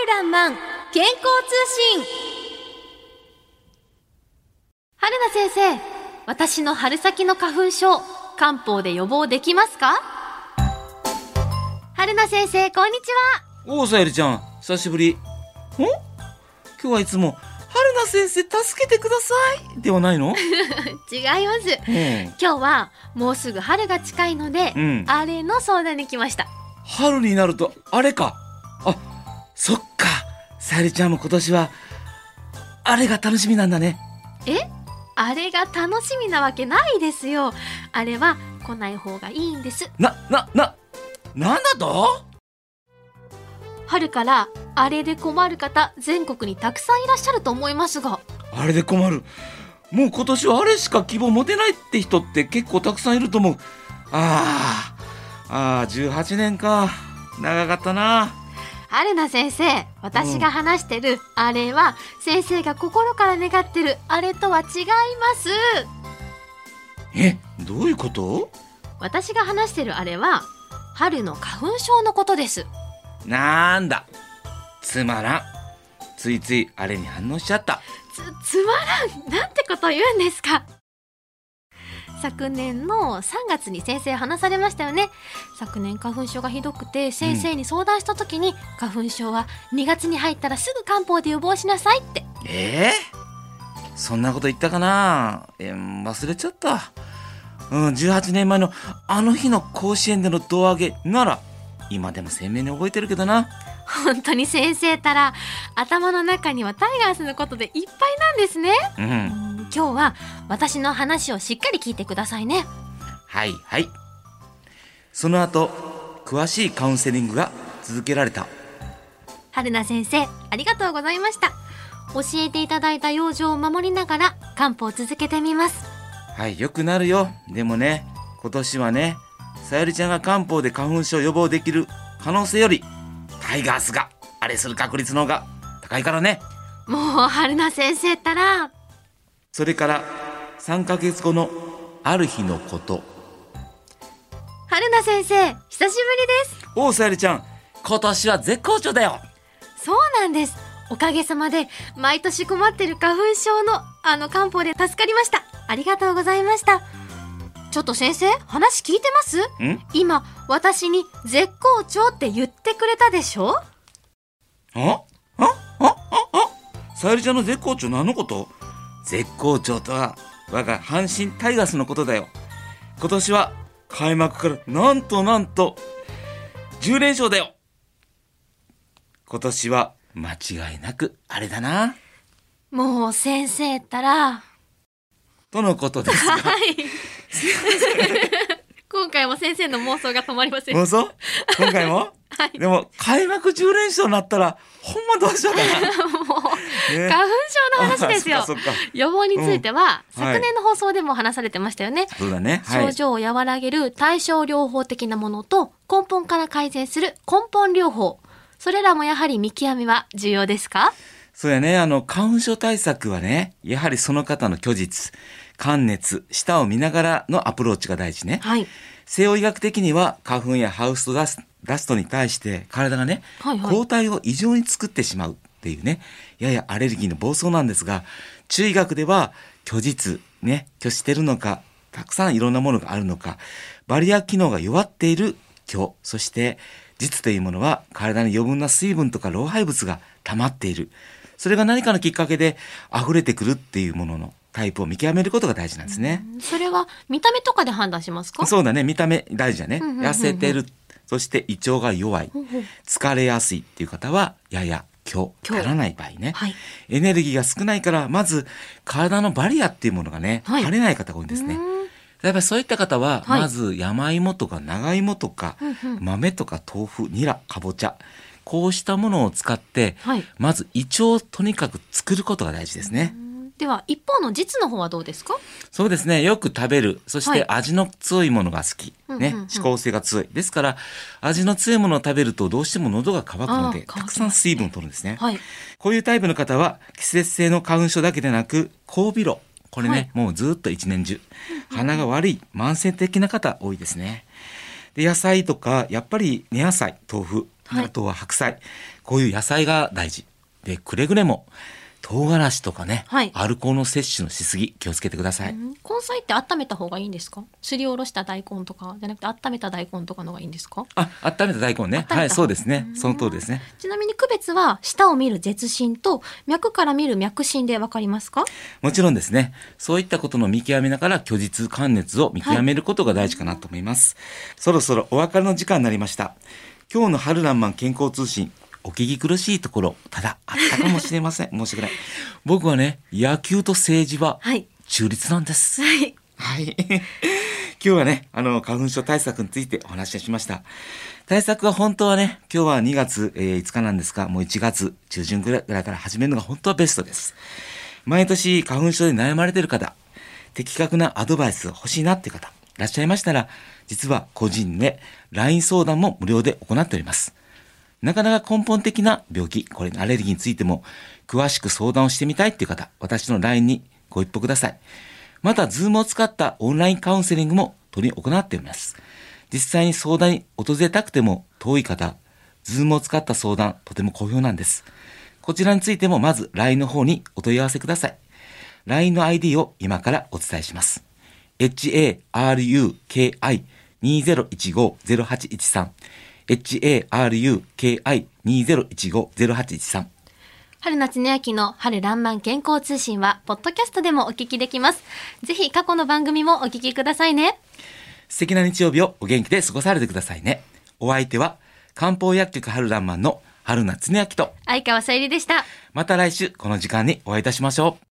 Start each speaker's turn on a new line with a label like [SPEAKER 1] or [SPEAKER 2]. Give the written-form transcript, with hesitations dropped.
[SPEAKER 1] らんまん健康通信。春名先生、私の春先の花粉症、漢方で予防できますか？春名先生、こんにち
[SPEAKER 2] は。おう、さゆりちゃん、久しぶり。今日はいつも春名先生助けてくださいではないの？
[SPEAKER 1] 違います、今日はもうすぐ春が近いので、あれの相談に来ました。
[SPEAKER 2] 春になるとあれか。あ、そっか。さゆりちゃんも今年はあれが楽しみなんだね。
[SPEAKER 1] あれが楽しみなわけないですよ。あれは来ない方がいいんです。
[SPEAKER 2] なんだと？
[SPEAKER 1] 春からあれで困る方、全国にたくさんいらっしゃると思いますが。
[SPEAKER 2] あれで困る。もう今年はあれしか希望持てないって人って結構たくさんいると思う。18年か。長かったな。
[SPEAKER 1] 春名先生、私が話してるあれは、先生が心から願ってるあれとは違います。
[SPEAKER 2] どういうこと？
[SPEAKER 1] 私が話してるあれは春の花粉症のことです。
[SPEAKER 2] なんだ、つまらん。ついついあれに反応しちゃった。
[SPEAKER 1] つまらんなんてこと言うんですか。昨年の3月に先生話されましたよね。昨年花粉症がひどくて先生に相談した時に、花粉症は2月に入ったらすぐ漢方で予防しなさいって。
[SPEAKER 2] そんなこと言ったかな。忘れちゃった。18年前のあの日の甲子園での胴上げなら今でも鮮明に覚えてるけどな。
[SPEAKER 1] 本当に先生たら頭の中にはタイガースのことでいっぱいなんですね。今日は私の話をしっかり聞いてくださいね。
[SPEAKER 2] はい。その後詳しいカウンセリングが続けられた。
[SPEAKER 1] 春名先生、ありがとうございました。教えていただいた養生を守りながら漢方を続けてみます。
[SPEAKER 2] はい、よくなるよ。でもね、今年はね、さゆりちゃんが漢方で花粉症予防できる可能性よりタイガースがあれする確率の方が高いからね。
[SPEAKER 1] もう春名先生ったら。
[SPEAKER 2] それから3ヶ月後のある日のこと。
[SPEAKER 1] 春名先生、久しぶりです。
[SPEAKER 2] おう、さゆりちゃん、今年は絶好調だよ。
[SPEAKER 1] そうなんです。おかげさまで毎年困ってる花粉症の漢方で助かりました。ありがとうございました。ちょっと先生、話聞いてます？今私に絶好調って言ってくれたでしょ？
[SPEAKER 2] さゆりちゃんの絶好調何のこと？絶好調とは我が阪神タイガースのことだよ。今年は開幕からなんと10連勝だよ。今年は間違いなくあれだな。
[SPEAKER 1] もう先生ったら
[SPEAKER 2] とのことですが
[SPEAKER 1] 今回も先生の妄想が止まりません。
[SPEAKER 2] 妄想？今回もでも開幕10連勝になったらほんまどうしようかな。
[SPEAKER 1] もう、花粉症の話ですよ。予防については、昨年の放送でも話されてましたよね。
[SPEAKER 2] そうだね。
[SPEAKER 1] 症状を和らげる対症療法的なものと根本から改善する根本療法、それらもやはり見極めは重要ですか？
[SPEAKER 2] そうやね。花粉症対策はね、やはりその方の虚実、寒熱、舌を見ながらのアプローチが大事ね。西洋医学的には花粉やハウスダストに対して体がね、抗体を異常に作ってしまうっていうね、ややアレルギーの暴走なんですが、中医学では虚実ね、虚してるのか、たくさんいろんなものがあるのか、バリア機能が弱っている虚、そして実というものは体に余分な水分とか老廃物が溜まっている。それが何かのきっかけで溢れてくるっていうもののタイプを見極めることが大事なんですね。
[SPEAKER 1] それは見た目とかで判断しますか？
[SPEAKER 2] そうだね、見た目大事だね。痩せてる、そして胃腸が弱い、疲れやすいっていう方はやや虚、足らない場合ね、エネルギーが少ないからまず体のバリアっていうものがね、足りない方が多いんですね。やっぱりそういった方は、まず山芋とか長芋とか、豆とか豆腐、ニラ、かぼちゃ、こうしたものを使って、まず胃腸をとにかく作ることが大事ですね。
[SPEAKER 1] では一方の実の方はどうですか？
[SPEAKER 2] そうですね、よく食べる、そして味の強いものが好き、ね、指向性が強いですから、味の強いものを食べるとどうしても喉が渇くのでたくさん水分を取るんですね。こういうタイプの方は季節性の花粉症だけでなく交尾炉、これね、もうずっと一年中鼻が悪い慢性的な方多いですね。で、野菜とかやっぱり根野菜、豆腐、あとは白菜、 こういう野菜が大事。で、くれぐれも唐辛子とかね、
[SPEAKER 1] はい、
[SPEAKER 2] アルコールの摂取のしすぎ気をつけてください。
[SPEAKER 1] 根菜って温めた方がいいんですか？すりおろした大根とかじゃなくて温めた大根とかのがいいんですか？
[SPEAKER 2] 温めた大根ね。はい、そうですね。その通りですね。
[SPEAKER 1] ちなみに区別は舌を見る舌診と脈から見る脈診でわかりますか？
[SPEAKER 2] もちろんですね。そういったことの見極めながら虚実寒熱を見極めることが大事かなと思います。そろそろお別れの時間になりました。今日の春らんまん健康通信、お聞き苦しいところただあったかもしれません。申し訳ない。僕はね、野球と政治は中立なんです。
[SPEAKER 1] はい。
[SPEAKER 2] はい。今日はね、花粉症対策についてお話ししました。対策は本当はね、今日は2月5日なんですが、もう1月中旬ぐらいから始めるのが本当はベストです。毎年花粉症で悩まれている方、的確なアドバイス欲しいなっていう方、いらっしゃいましたら、実は個人で LINE 相談も無料で行っております。なかなか根本的な病気、これアレルギーについても詳しく相談をしてみたいっていう方、私の LINE にご一報ください。また、Zoom を使ったオンラインカウンセリングも取り行っております。実際に相談に訪れたくても遠い方、Zoom を使った相談、とても好評なんです。こちらについてもまず LINE の方にお問い合わせください。LINE の ID を今からお伝えします。HARUKI2015-0813 HARUKI2015-0813。
[SPEAKER 1] 春夏の秋の春らんまん健康通信はポッドキャストでもお聞きできます。ぜひ過去の番組もお聞きくださいね。
[SPEAKER 2] 素敵な日曜日をお元気で過ごされてくださいね。お相手は漢方薬局春らんまんの春夏の秋と
[SPEAKER 1] 相川さゆりでした。
[SPEAKER 2] また来週この時間にお会いいたしましょう。